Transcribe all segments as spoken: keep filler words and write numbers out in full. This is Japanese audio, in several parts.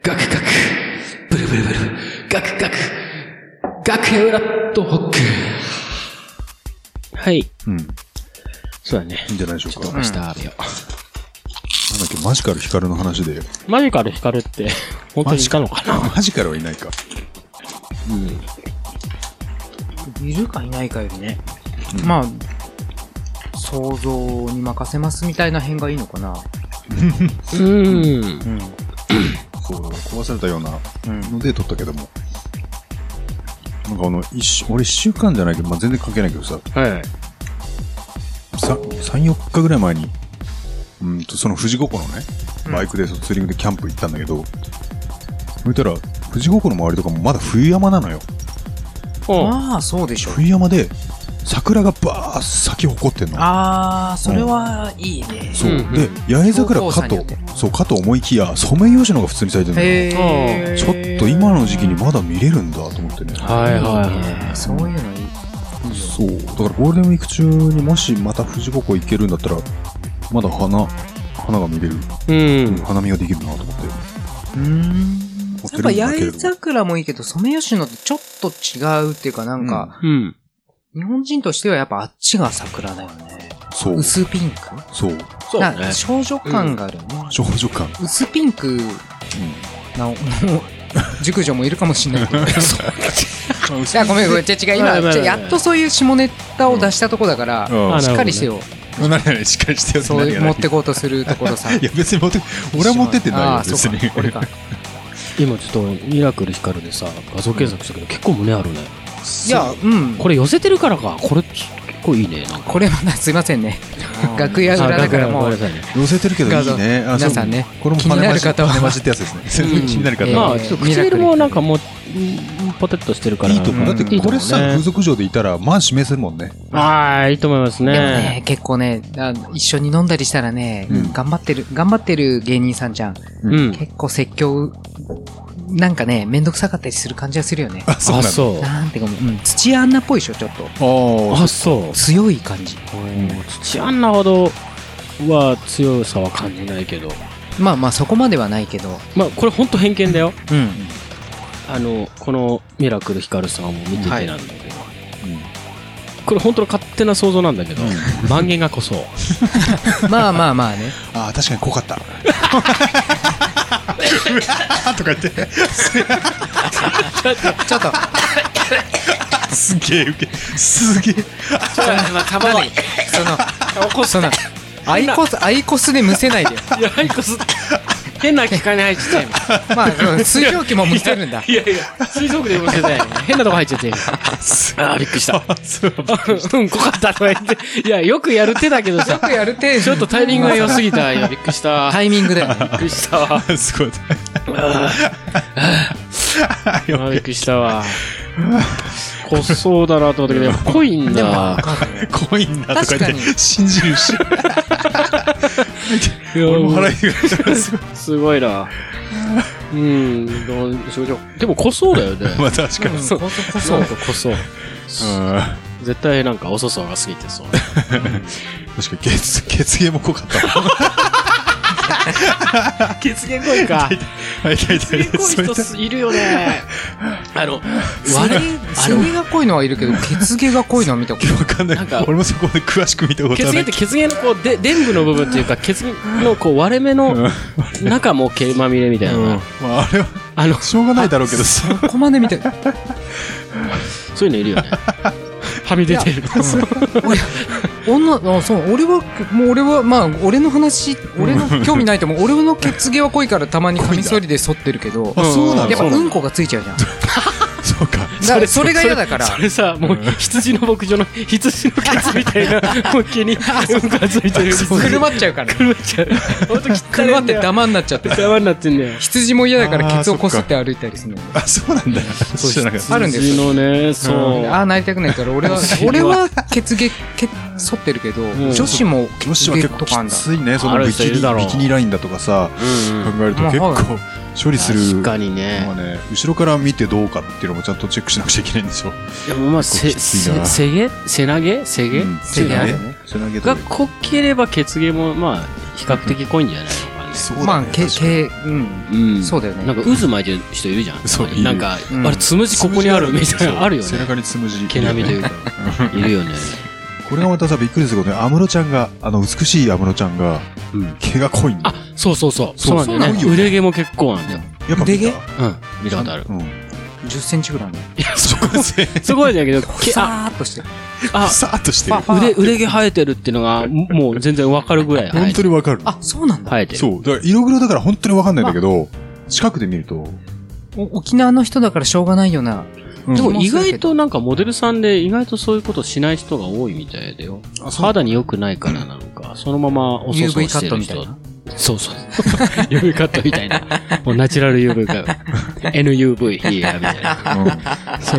ガクガク、ブルブルブル、ガクガク、ガクエウラットホック。はい。 うん。 そうだね。 いいんじゃないでしょうか。 ちょっと押したあるよ。なんだっけ、マジカルヒカルの話で。 マジカルヒカルって、本当にいたのかな？ マジカルはいないか。 うん。いるかいないかよりね。うん、まあ、想像に任せますみたいな辺がいいのかな。 うん。うん。 そう、壊されたようなので撮ったけども。なんかあの、一週、俺一週間じゃないけど、まあ、全然関係ないけどさ。 はい。 さん、よっかぐらい前に、うんと、その富士五湖のね、バイクでツーリングでキャンプ行ったんだけど、そしたら、富士五湖の周りとかもまだ冬山なのよ。 ああ、そうでしょ。 冬山で、桜がバーッ咲き誇ってんの。 ああ、それはいいね。 そう。で、八重桜かと、そう、かと思いきや、ソメイヨシノが普通に咲いてるのよ。 へー。 ちょっと今の時期にまだ見れるんだと思ってね。 はいはいはい。 そういうのいい。 そう。だからゴールデンウィーク中にもしまた富士五湖行けるんだったら、まだ花、花が見れる。うん。花見ができるなと思って。 うーん。やっぱ八重桜もいいけど、ソメイヨシノってちょっと違うっていうかなんか、 うん。 日本人としてはやっぱあっちが桜だよね。 そう。 薄ピンク？ そう。 そうね。 少女感があるよね。 少女感。 薄ピンクな、もう、熟女もいるかもしれないけど。いや、ごめんごめん。違う違う。今、やっとそういう下ネタを出したとこだから、しっかりしてよ。 なになにしっかりしてよ。 そう持ってこうとするところさ。 いや別に持って、俺は持ってってないよ、別に。 今ちょっとミラクルヒカルでさ、画像検索したけど結構胸あるね。 いや、うん。 これ寄せてるからか。これ結構いいね。なんかこれまだすいませんね。楽屋裏だからもう寄せてるけどいいね。 皆さんね。 これも気になる方は羽交じってやつですね。気になる方は。 まあちょっと唇もなんかもうポテッとしてるからいいと思う。だってこれさ風俗嬢でいたらまあ指名するもんね。 ああいいと思いますね。 でもね結構ね一緒に飲んだりしたらね頑張ってる頑張ってる芸人さんじゃん。結構説教なんかね、めんどくさかったりする感じがするよね。 あ、そうなんだ。 そうなんていうかもう、うん、土屋アンナっぽいでしょ、ちょっと。 ああ、そう。 強い感じ。 土屋アンナほどは強さは感じないけど。 まあまあ、そこまではないけど。 まあ、これほんと偏見だよ。 うん。 あの、このミラクルヒカルさんを見ててなんだけど。はい、うん、これ本当の勝手な想像なんだけど、万元がこそ。 まあまあまあね。 ああ、確かに濃かった。とか言って。ちょっと。 すげえウケ。すげえ。 まあ、たまに。その、その、アイコス、アイコスでむせないでよ。 いや、アイコス。変な機械に入っちゃったよ。 まあ、水蒸気もむせるんだ。 いやいや、水蒸気でむせたよ。変なとこ入っちゃって。ああ、びっくりした。うん、濃かったとか言って。いや、よくやる手だけどさ。 よくやる手。 ちょっとタイミングが良すぎた。いや、びっくりした。 タイミングだよね。 びっくりしたわ。 すごい。 びっくりしたわ。濃そうだなと思ったけど、濃いんだ。 濃いんだとか言って信じるし。 いや、俺も払いてくれた。すごいな。うん、でも濃そうだよね。 まあ確かに。 濃そう。濃そう。 絶対なんかおそそが過ぎてそう。確かに血、血芸も濃かった。 血芸濃いか。血芸濃い人いるよね。あの、 割れ、背毛が濃いのはいるけど、血芸が濃いのは見たことない。 わかんない。なんか俺もそこまで詳しく見たことない。 血芸って血芸のこう、で、伝部の部分っていうか、血芸のこう割れ目の中も毛まみれみたいな。 まああれは、あの、しょうがないだろうけどさ。 そこまで見て。 そういうのいるよね。はみ出てる。 女、あ、そう、俺は、もう俺は、まあ、俺の話、俺の興味ないと思う。俺の血毛は濃いからたまにカミソリで剃ってるけど、 あ、そうなの？ やっぱうんこがついちゃうじゃん。 そうか。 それ、それが嫌だから。 それさ、もう羊の牧場の羊のケツみたいな毛にうんこがついてる。 くるまっちゃうから。 くるまっちゃう。ほんとくるまってダマになっちゃって。 ダマになってんだよ。 羊も嫌だからケツをこすって歩いたりするの。 あ、そうなんだ。 そう知らなかった。あるんですよ。 羊のね、そう。 ああ、なりたくないから、俺は、俺は血毛、毛、剃ってるけど、女子も血毛とかあんだ。きついね、そのビキニ、ビキニラインだとかさ、考えると結構、処理する。 確かにね。 まあね、後ろから見てどうかっていうのもちゃんとチェックしなくちゃいけないんでしょ。 でもまあ、せ、せ、せげ背投げ背毛背毛が濃ければ血毛も、まあ、比較的濃いんじゃないのかそうだね。 まあ、け、け、うん。 うん。 そうだよね。 なんか渦巻いてる人いるじゃん。 そういるなんか、 うんあれ、つむじここにあるみたいな、あるよね。 背中につむじ。 毛並みというか、いるよね。 これがまたさ、びっくりすることね、安室ちゃんが、あの、美しい安室ちゃんが、 うん。 毛が濃いんだ。 あ、そうそうそう。 そそううなんだよね。腕毛も結構なんだよ。 やっぱ腕毛うん。見たことある。 うん。 じゅっセンチぐらいの。 いや、そこ、そこなんだけど、毛、 さーっとしてる。 あ、 さーっとしてる。 腕、腕毛生えてるっていうのが、もう全然わかるぐらい生え本てる。 当にわかる。 あ、そうなんだ。 生えてる。 そう。だから色黒だから本当にわかんないんだけど、近くで見ると。 お沖縄の人だからしょうがないような。 うんでも意外となんかモデルさんで意外とそういうことしない人が多いみたいだよ。肌に良くないからなのか、そのままおそそユーブイしてる人。 カットみたいな。 そうそう。ユーブイ カットみたいな。もうナチュラル ユーブイ カット。エヌユーブイ ヒーみたいな。そう。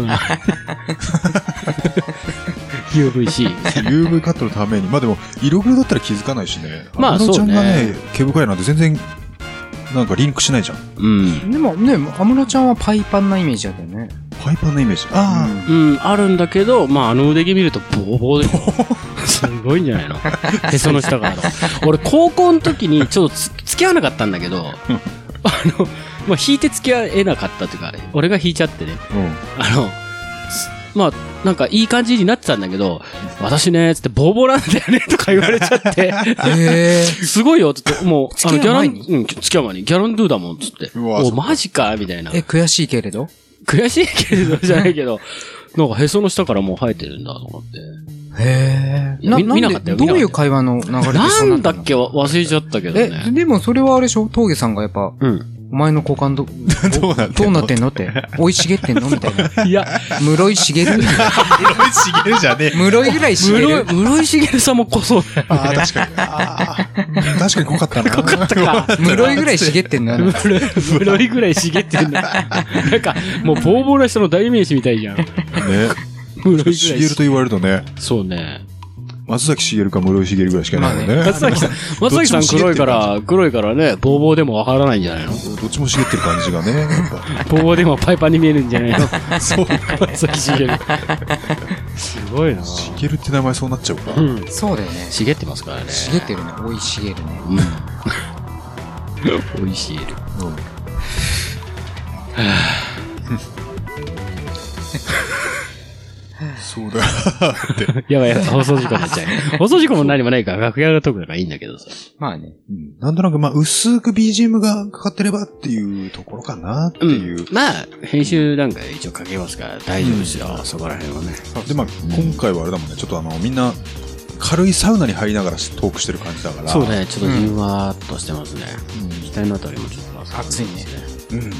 ユーブイシー。 ユーブイ カットのために。まあでも、色黒だったら気づかないしね。 まあ安室ちゃんがそうねね、 毛深いなんて全然、なんかリンクしないじゃん。 うん。 でもね、安室ちゃんはパイパンなイメージだったよね。 パイパンのイメージ。あうん、あるんだけど、まあ、あの腕毛見るとボーボーで。すごいんじゃないのへその下からの。俺、高校の時にちょっとつ付き合わなかったんだけど、あの、まあ、引いて付き合えなかったっていうか、俺が引いちゃってね。 あ。うん。 あの、まあ、なんかいい感じになってたんだけど、私ね、つってボーボーなんだよね、とか言われちゃって。 へすごいよ、つって、もう、あの、 付き合う前にギャラン、うん、付き合う前に、ギャランドゥだもん、つって。お、 うわそうかマジかみたいな。 え、悔しいけれど悔しいけれどじゃないけど、なんかへその下からもう生えてるんだと思って。 へいや見見なかったよどういう見なかった会話の流れでそうななったのんだっけわ忘れちゃったけどえ、 ね。 でもそれはあれでしょ峠さんがやっぱ、 うん。 お前の股間ど、 どうなってんのどうなってんのって。生い茂ってんのみたいな。 いや、 室井茂る室井茂じゃねえ。 室井ぐらい茂る。 室井茂さんもこそだよ。 ああ、確かに。あー確かに濃かったな。濃かったか。 室井ぐらい茂ってんの室井室井ぐらい茂ってるんだ。なんか、もうボーボーな人の代名詞みたいじゃん。 ね。 室井ぐらい。 茂と言われるとね、 そうね。 松崎茂か室井茂ぐらいしかいないもんね。 松崎さん、松崎さん黒いから、黒いからね、ボーボーでもわからないんじゃないのどっちも茂ってる感じがね。やっボーボーでもパイパンに見えるんじゃないのぱそう。 松崎茂。すごいな。 茂って名前そうなっちゃうか。 うん。 そうだよね。 茂ってますからね。 茂ってるね。生い茂るね。 うん。美味しい。 そうだって。 やばいやばい、放送事故になっちゃう。放送事故も何もないから、楽屋がトークだからいいんだけどさ。 まあね。 うんなんとなく、まあ、薄く ビージーエム がかかってればっていうところかなっていう。 まあ、編集段階で一応かけますから大丈夫ですよ、そこら辺はね。 で、まあ、今回はあれだもんね、ちょっとあの、みんな、軽いサウナに入りながらトークしてる感じだから。 そうね、ちょっとじんわーっとしてますね。 うん。 額のあたりもちょっと熱いね。 うん。うん。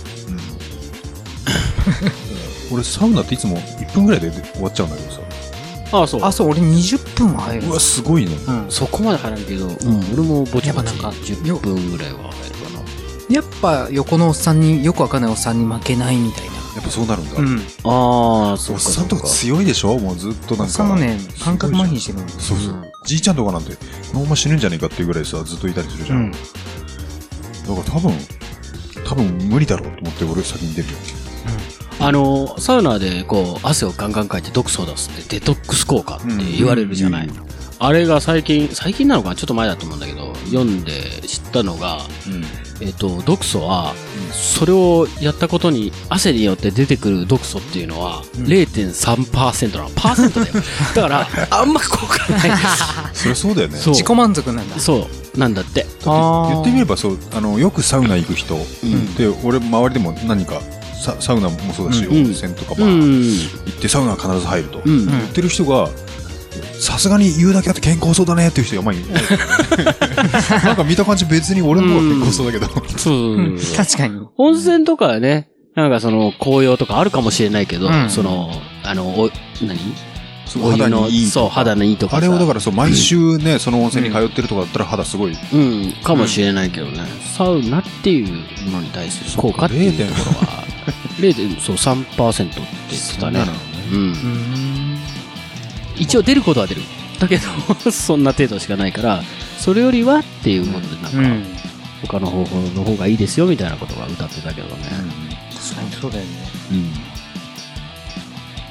俺、サウナっていつもいっぷんぐらいで終わっちゃうんだけどさ。 ああ、そう。 あ、そう、俺にじゅっぷんは入るう。わ、すごいね。 うん。 そこまで入らんけど、俺もぼちぼちやっぱなんかじゅっぷんぐらいは入るかやっぱ横のおっさんに、よくわかんないおっさんに負けないみたいな。 やっぱそうなるんだ。 うん。 な。ああ、そおっっか。 さんとか強いでしょもうずっとなんか。 おっさんもね、感覚麻痺してるんそうそう。じいちゃんとかなんて、このまま死ぬんじゃねえかっていうぐらいさ、ずっといたりするじゃん。 うんだから多分、多分無理だろうと思って俺先に出るよ。 あの、サウナでこう、汗をガンガンかいて毒素を出すってデトックス効果って言われるじゃない。 うんあれが最近、最近なのかなちょっと前だと思うんだけど、読んで知ったのが、 うん。 えっと、毒素は、それをやったことに、汗によって出てくる毒素っていうのは、れいてんさんパーセント なの。パーセントだよ。だから、あんま効果ないです。 そりゃそうだよね。 そう自己満足なんだ。 そう、なんだって。 あー言ってみればそう、あの、よくサウナ行く人、 んで、俺周りでも何か、ササウナもそうだし、 うん温泉とかうまあ、 ん。 行ってサウナは必ず入ると。 うん。 言ってる人が、さすがに言うだけあって健康そうだねっていう人がまあいる。なんか見た感じ別に俺の方が健康そうだけど。 そううん。確かに。 温泉とかはね、なんかその紅葉とかあるかもしれないけど、 うんその、あの、お、何そうお湯の肌にいいとかそう、肌にいいとかさ。 あれをだからそう、毎週ね、その温泉に通ってるとかだったら肌すごい。 うん、かもしれないけどね。サウナっていうものに対する効果っていうところは、れいてんさんパーセントって言ってたね。うん。 うん。 一応出ることは出る。だけど、そんな程度しかないから、それよりはっていうことで、なんか、 うん。 他の方法の方がいいですよみたいなことが歌ってたけどね。 確かにそうだよね。 うん。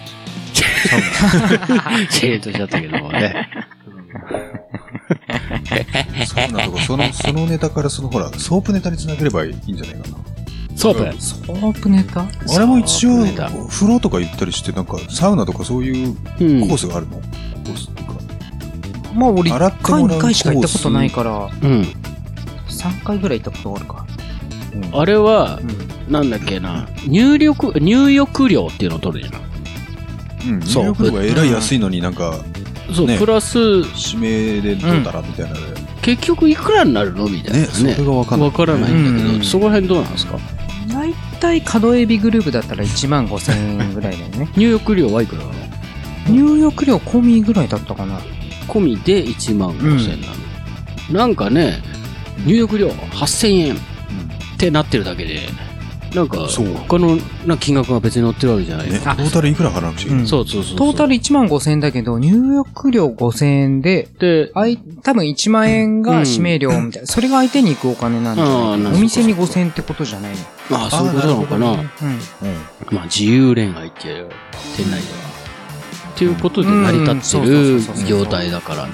シェーンとしちゃったけどもね。 そうなんだそのそのネタからそのほらソープネタにつなげればいいんじゃないかな。 ソープソープネタあれも一応ソープネタ風呂とか行ったりしてなんかサウナとかそういうコースがあるの、うん、コースっていうかまあ俺いっかいにかいしか行ったことないから、 うん、 さんかいぐらい行ったことあるか、 うん、あれは、うん、なんだっけな入力入浴料っていうのを取るじゃん。 うん、入浴料がえらい安いのになんか、 うん、そう、ね、プラス指名でどうたらみたいな、ねうん、結局いくらになるのみたいなね、 それが分かんない、 分からないんだけど、うん、そこら辺どうなんですか。 だいたい角エビグループだったらいちまんごせんえんぐらいだよね。 入浴料はいくらなの。 入浴料込みぐらいだったかな。 込みでいちまんごせんえんなの、うん、なんかね入浴料はっせんえんってなってるだけでなんか他のな金額が別に載ってるわけじゃない、 ね、トータルいくら払わなくちゃいけない、うん、 そうそうそうそうトータルいちまんごせんえんだけど入浴料ごせんえんでであい多分いちまんえんが指名料みたいな、うん、それが相手に行くお金なんでお店にごせんえんってことじゃないの。 ああそういうことなのかな、うんうん、まあ自由恋愛っていう店内ではっていうことで成り立ってる業態だからね。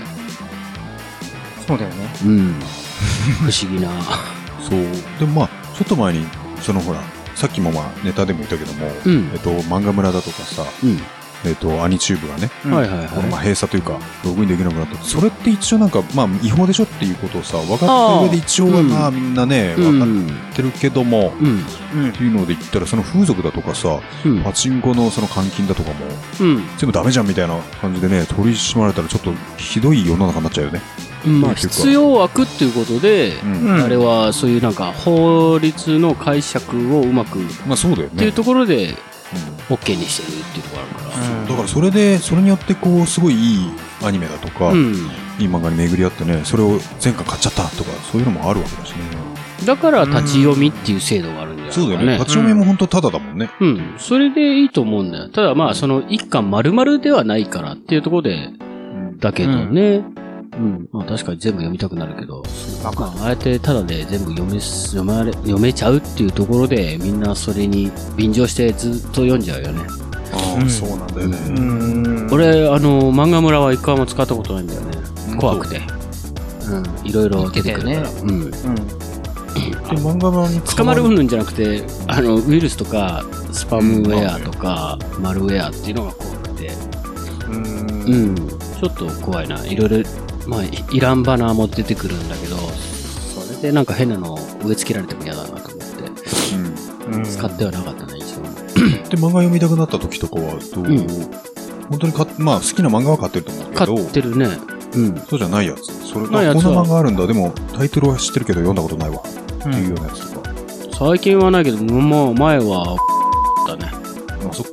そうだよね。 うん。不思議な。 そう。でもまあちょっと前にそのほらさっきもまあネタでも言ったけども、うん、えっと漫画村だとかさ、うん、えっとアニチューブがね、うん、はいはいはい、このまあ閉鎖というかログインできなくなった。それって一応なんかまあ違法でしょっていうことをさ分かった上で一応はまあみんなね、うん、分かってるけども、うんうん、っていうので言ったらその風俗だとかさ、うん、パチンコのその換金だとかも、うん、全部ダメじゃんみたいな感じでね取り締まられたらちょっとひどい世の中になっちゃうよね。 まあ、必要枠っていうことで、うん、あれはそういうなんか法律の解釈をうまく、 まあそうだよね、 っていうところで OK にしてるっていうところあるから、 うん、だからそれでそれによってこうすごいいいアニメだとか、うん、いい漫画に巡り合ってねそれを前回買っちゃったとかそういうのもあるわけだしね。 だから立ち読みっていう制度があるんじゃないかね。 そうだよね。立ち読みも本当タダだもんね。 うん、うん、それでいいと思うんだよ。ただまあその一巻丸々ではないからっていうところで、だけどね、うんうん、まあ確かに全部読みたくなるけど、まあ、あえてただで全部読め、読まれ、読めちゃうっていうところで、みんなそれに便乗してずっと読んじゃうよね。 ああ、うん、そうなんだよね。うん俺、あの、漫画村は一回も使ったことないんだよね。怖くて。うん、いろいろ出てくるから。うん。うん。 漫画村に捕まるうんぬんじゃなくて、あの、ウイルスとか、スパムウェアとか、うん、マルウェアっていうのが怖くて。うん。うん。ちょっと怖いな。いろいろ、まあ、いらんバナーも出てくるんだけど、それでなんか変なのを植え付けられても嫌だなと思って、うん、使ってはなかったね、一応。 で、漫画読みたくなった時とかはどう、うん、本当にか、まあ好きな漫画は買ってると思うけど。買ってるね。うん。そうじゃないやつ。それ、あ、こんな漫画あるんだ。でも、タイトルは知ってるけど読んだことないわ。っていうようなやつとか。 最近はないけど、もう前は、だね。あ、そっか。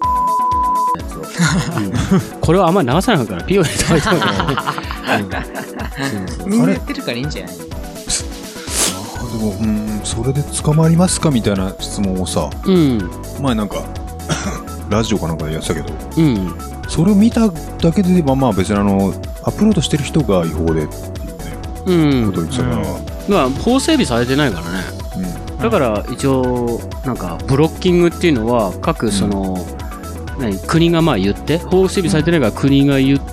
うん、これはあんまり流さないからピオ入れた方がいいと思うからね。みんなやってるからいいんじゃない？ あでもうんそれで捕まりますかみたいな質問をさ、うん、前なんかラジオかなんかでやってたけど、うん、それを見ただけでまあまあ別にあのアップロードしてる人が違法でっていうね、うん、ことを言ってたから、うん、 まあ法整備されてないからね、うん、だから一応なんかブロッキングっていうのは各その、うん何国がまあ言って法整備されてないから国が言って、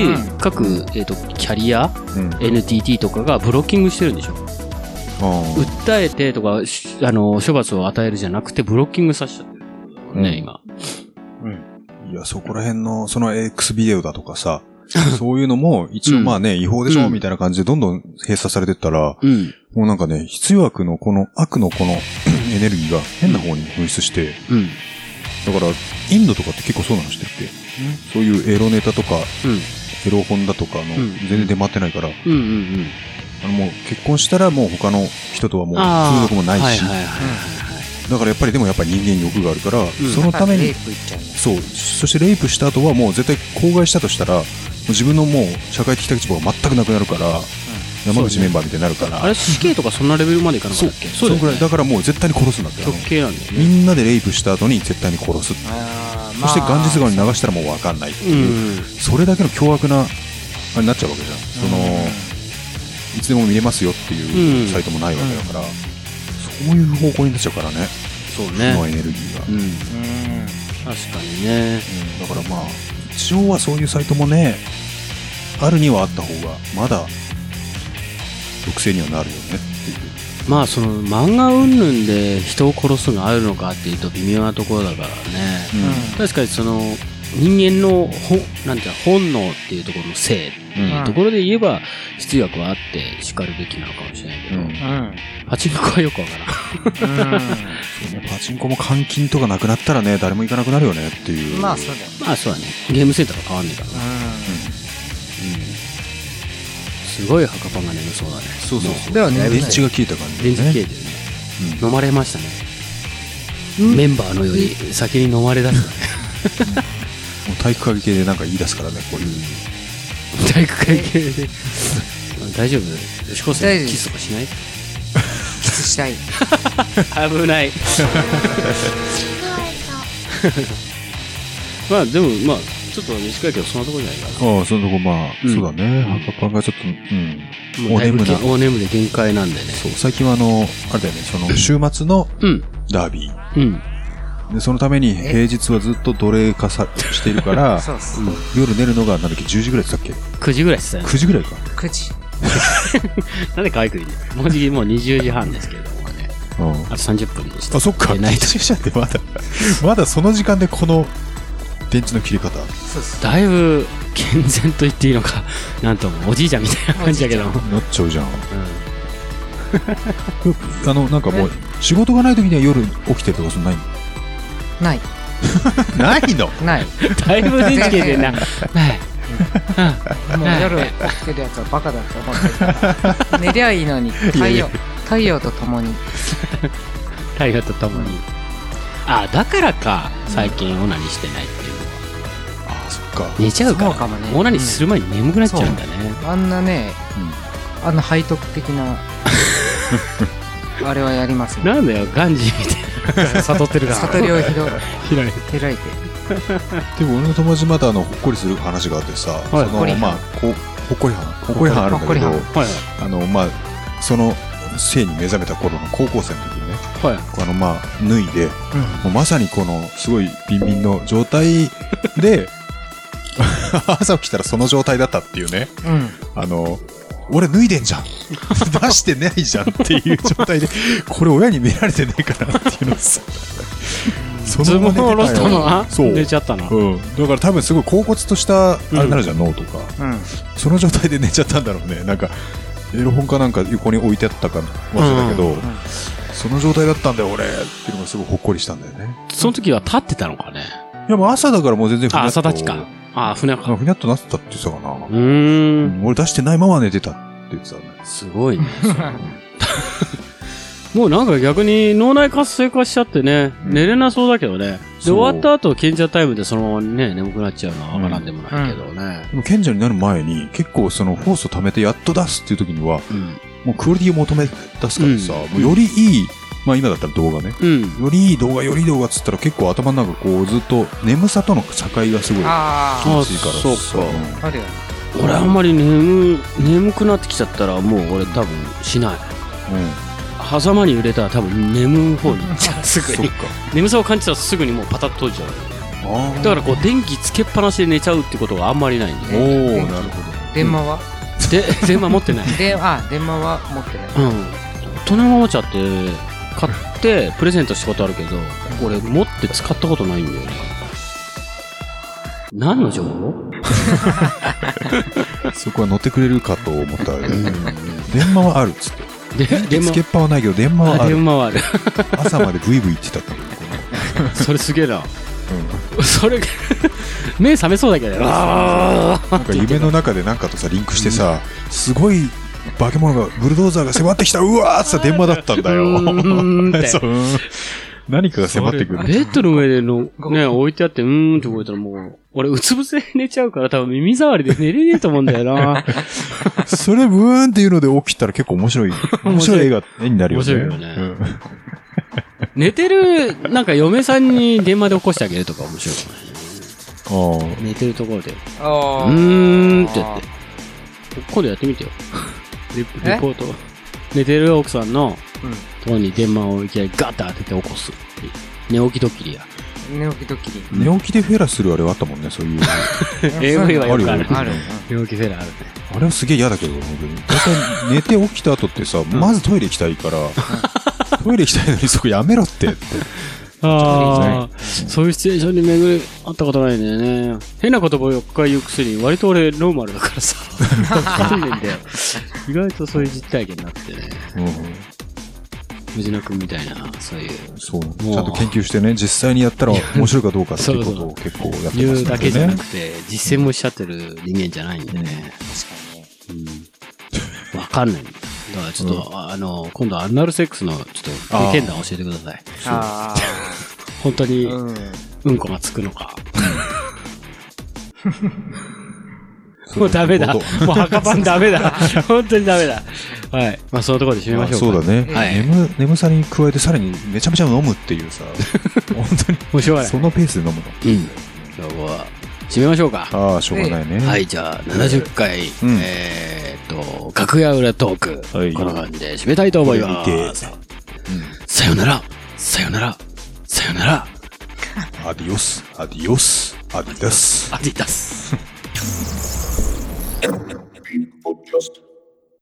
うん、各、えーと、キャリア、うん、エヌティーティー とかがブロッキングしてるんでしょ。訴えてとかあの処罰を与えるじゃなくてブロッキングさせちゃってるね、うん、今、 うん、いやそこら辺のその X ビデオだとかさそういうのも一応まあね、うん、違法でしょ、うん、みたいな感じでどんどん閉鎖されてったら、うん、もうなんかね必要悪のこの悪のこのエネルギーが変な方に噴出して、うんだからインドとかって結構そうなのしてるっけ、うん、そういうエロネタとか、うん、エロ本だとかの全然出回ってないから、うんうんうん、あのもう結婚したらもう他の人とはもう風俗もないし、はいはいはいはい、だからやっぱりでもやっぱり人間欲があるから、うん、そのためにそうそしてレイプした後はもう絶対口外したとしたらもう自分のもう社会的立場が全くなくなるから、うん山口メンバーみたいになるから、 ね、あれ死刑とかそんなレベルまでいかなかったっけ？ そうそう、ね、そのぐらいだからもう絶対に殺すんだって極刑なんだよね。 みんなでレイプした後に絶対に殺すあ、まあ、そしてガンジス川に流したらもう分かんないっていう、うん、それだけの凶悪なあれになっちゃうわけじゃん、その、うん、いつでも見れますよっていうサイトもないわけだから、うん、そういう方向になっちゃうからねそうねそのエネルギーが、うんうん、 確かにね、 うん、だからまあ一応はそういうサイトもねあるにはあった方がまだ属性にはなるよねっていう。 まあその漫画云々で人を殺すがあるのかっていうと微妙なところだからね、うん、確かにその人間のほなんていうか本能っていうところの性っていうところで言えば必要悪はあってしかるべきなのかもしれないけど、うん、パチンコはよくわからん、うん、 パチンコも換金とかなくなったらね誰も行かなくなるよねっていう。 まあそうだよね。 まあそうだね。ゲームセンターが変わんねえから、うんうん、すごい墓パンが眠そうだね。 そうそうそう。 ではね、 電池が切れた感じ、 ね。電池切れてるね、うん。飲まれましたね。うん、メンバーのより先に飲まれだしたね。 もう体育会系でなんか言い出すからね、こういう。 体育会系で。大丈夫？女子高生キスとかしない？ キスしたい。 危ない。まあでもまあ。ちょっと短いけどそんなところじゃないかな。 ああ、そのとこまあ、うん、そうだね。ハカパンがちょっと、うん。 もうだいぶ大眠で限界なんでね。 そう、最近はあの、あれだよね、その週末のダービー。うん。で、そのために平日はずっと奴隷化さしているから、そうそう、うん、夜寝るのがなんだっけ、じゅうじぐらいだったっけ ? くじぐらいって言ったよね。 くじぐらいか。 くじ。 なんで可愛く言うんだよ。もうじきもうにじゅうじはんですけれどもね。うん。あとさんじゅっぷんにして。 あ、そっか。ないとしちゃってまだ、まだその時間でこの、電池の切り方。 だいぶ健全と言っていいのかなんともおじいちゃんみたいな感じだけどなっちゃうじゃん、うん、あのなんかもう仕事がない時には夜起きてるとかそんなないないないのないだいぶ電池切れてんなないもう夜起きてるやつはバカだと思ってた寝りゃいいのに太陽太陽とともに太陽とともにあだからか最近オナニーしてないっていうのは、あそっか寝ちゃうから、ね、オナニーする前に眠くなっちゃうんだね、 うん、あんなね、うん、あんな背徳的なあれはやりますね。 なんだよガンジーみたいな悟ってるから悟りを開いて開いてでも俺の友達まだあのほっこりする話があってさ、はい、そのまあこうほっこりはんほっこりはんあるんだけど、はい、あのまあその性に目覚めた頃の高校生の時にね、はい、あのまあ脱いで、うん、もうまさにこのすごいビンビンの状態で朝起きたらその状態だったっていうね、うん、あの俺脱いでんじゃん出してないじゃんっていう状態でこれ親に見られてねえからっていうのさそのまま寝てたよ。そう寝ちゃったの、 うん、だから多分すごい恍惚としたあれになるじゃん、うん、脳とか、うん、その状態で寝ちゃったんだろうね。なんかエロ本かなんか横に置いてあったか忘れたけど、うんうん、その状態だったんだよ俺っていうのがすごいほっこりしたんだよね。 その時は立ってたのかね。 いやもう朝だからもう全然ふにゃっと朝立ちか。ああふにゃっとふにゃっとなってたって言ってたかな。うーん俺出してないまま寝てたって言ってたね。 すごいねもうなんか逆に脳内活性化しちゃってね、うん、寝れなそうだけどね。で終わった後賢者タイムでそのままね眠くなっちゃうのはわからんでもないけどね、うんうん、 でも賢者になる前に結構そのフォースを溜めてやっと出すっていう時には、うん、もうクオリティを求め出すからさ、うん、もうよりいい、まあ今だったら動画ね、うん、よりいい動画よりいい動画っつったら結構頭の中こうずっと眠さとの境がすごい気持ちいいからさ。 そうか、あるよね。俺あんまり眠眠くなってきちゃったらもう俺多分しない、うん狭間に揺れたら多分眠む方に行っちゃうすぐに眠さを感じたらすぐにもうパタッと閉じちゃう。だからこう電気つけっぱなしで寝ちゃうってことがあんまりないんで、 ね、おおなるほど。 電話は、 うん、で電話持ってないであ電話は持ってない、 うん、大人のおもちゃって買ってプレゼントしたことあるけど俺持って使ったことないんだよね。何の情報そこは乗ってくれるかと思ったら、ね、電話はあるっつってでつけっぱはないけど電話はある。 電話はある朝までブイブイ言ってたってそれすげえな、うん、それ目覚めそうだけどね。 なんか夢の中でなんかとさリンクしてさ、うん、すごい化け物がブルドーザーが迫ってきたうわーってさ電話だったんだよそう何かが迫ってくる。 ベッドの上でのね置いてあってうーんって動いたらもう俺うつ伏せで寝ちゃうから多分耳障りで寝れねえと思うんだよなそれブーンっていうので起きたら結構面白い面白い映画になるよね。面白いよね、うん、 寝てるなんか嫁さんに電話で起こしてあげるとか面白いかもね。あ寝てるところであうーんってやって今度やってみてよリ, リポート寝てる奥さんのところに電話をいきなりガッと当てて起こす寝起きドッキリや。 寝起きドッキリ寝起きでフェラするあれはあったもんね。そういう英語ではよくある。ある寝起きフェラあるね。 あれはすげえ嫌だけど、本当に。だいたい寝て起きた後ってさ、まずトイレ行きたいから、トイレ行きたいのにそこやめろってって。 ああ、そういうシチュエーションに巡りあったことないんだよね。変な言葉をよっかい言うくせに、割と俺ノーマルだからさ。わかんないんだよ。意外とそういう実体験になってね。藤野くんみたいな、そういう。 そう。ちゃんと研究してね、実際にやったら面白いかどうかっていうことを結構やってますね。 言うだけじゃなくて、実践もしちゃってる人間じゃないんでね。 確かにね。 うん。わかんないんだ。だからちょっと、うん、あの、今度アナルセックスのちょっと経験談教えてください。ああ。本当に、うんこがつくのか。もうダメだ。もう墓パンダメだ。本当にダメだ。はい。まあ、そのところで締めましょうか。 そうだね。はい。眠、眠さに加えてさらにめちゃめちゃ飲むっていうさ、本当に。 もうしょうがない。 そのペースで飲むの。 うん。今日は、締めましょうか。 ああ、しょうがないね。 はい、じゃあ、ななじゅっかい、うん、えーっと、楽屋裏トーク。はい。この感じで締めたいと思います。うん、さよなら、さよなら、さよなら。 アディオス、アディオス、アディダス。 アディダス。Podcast.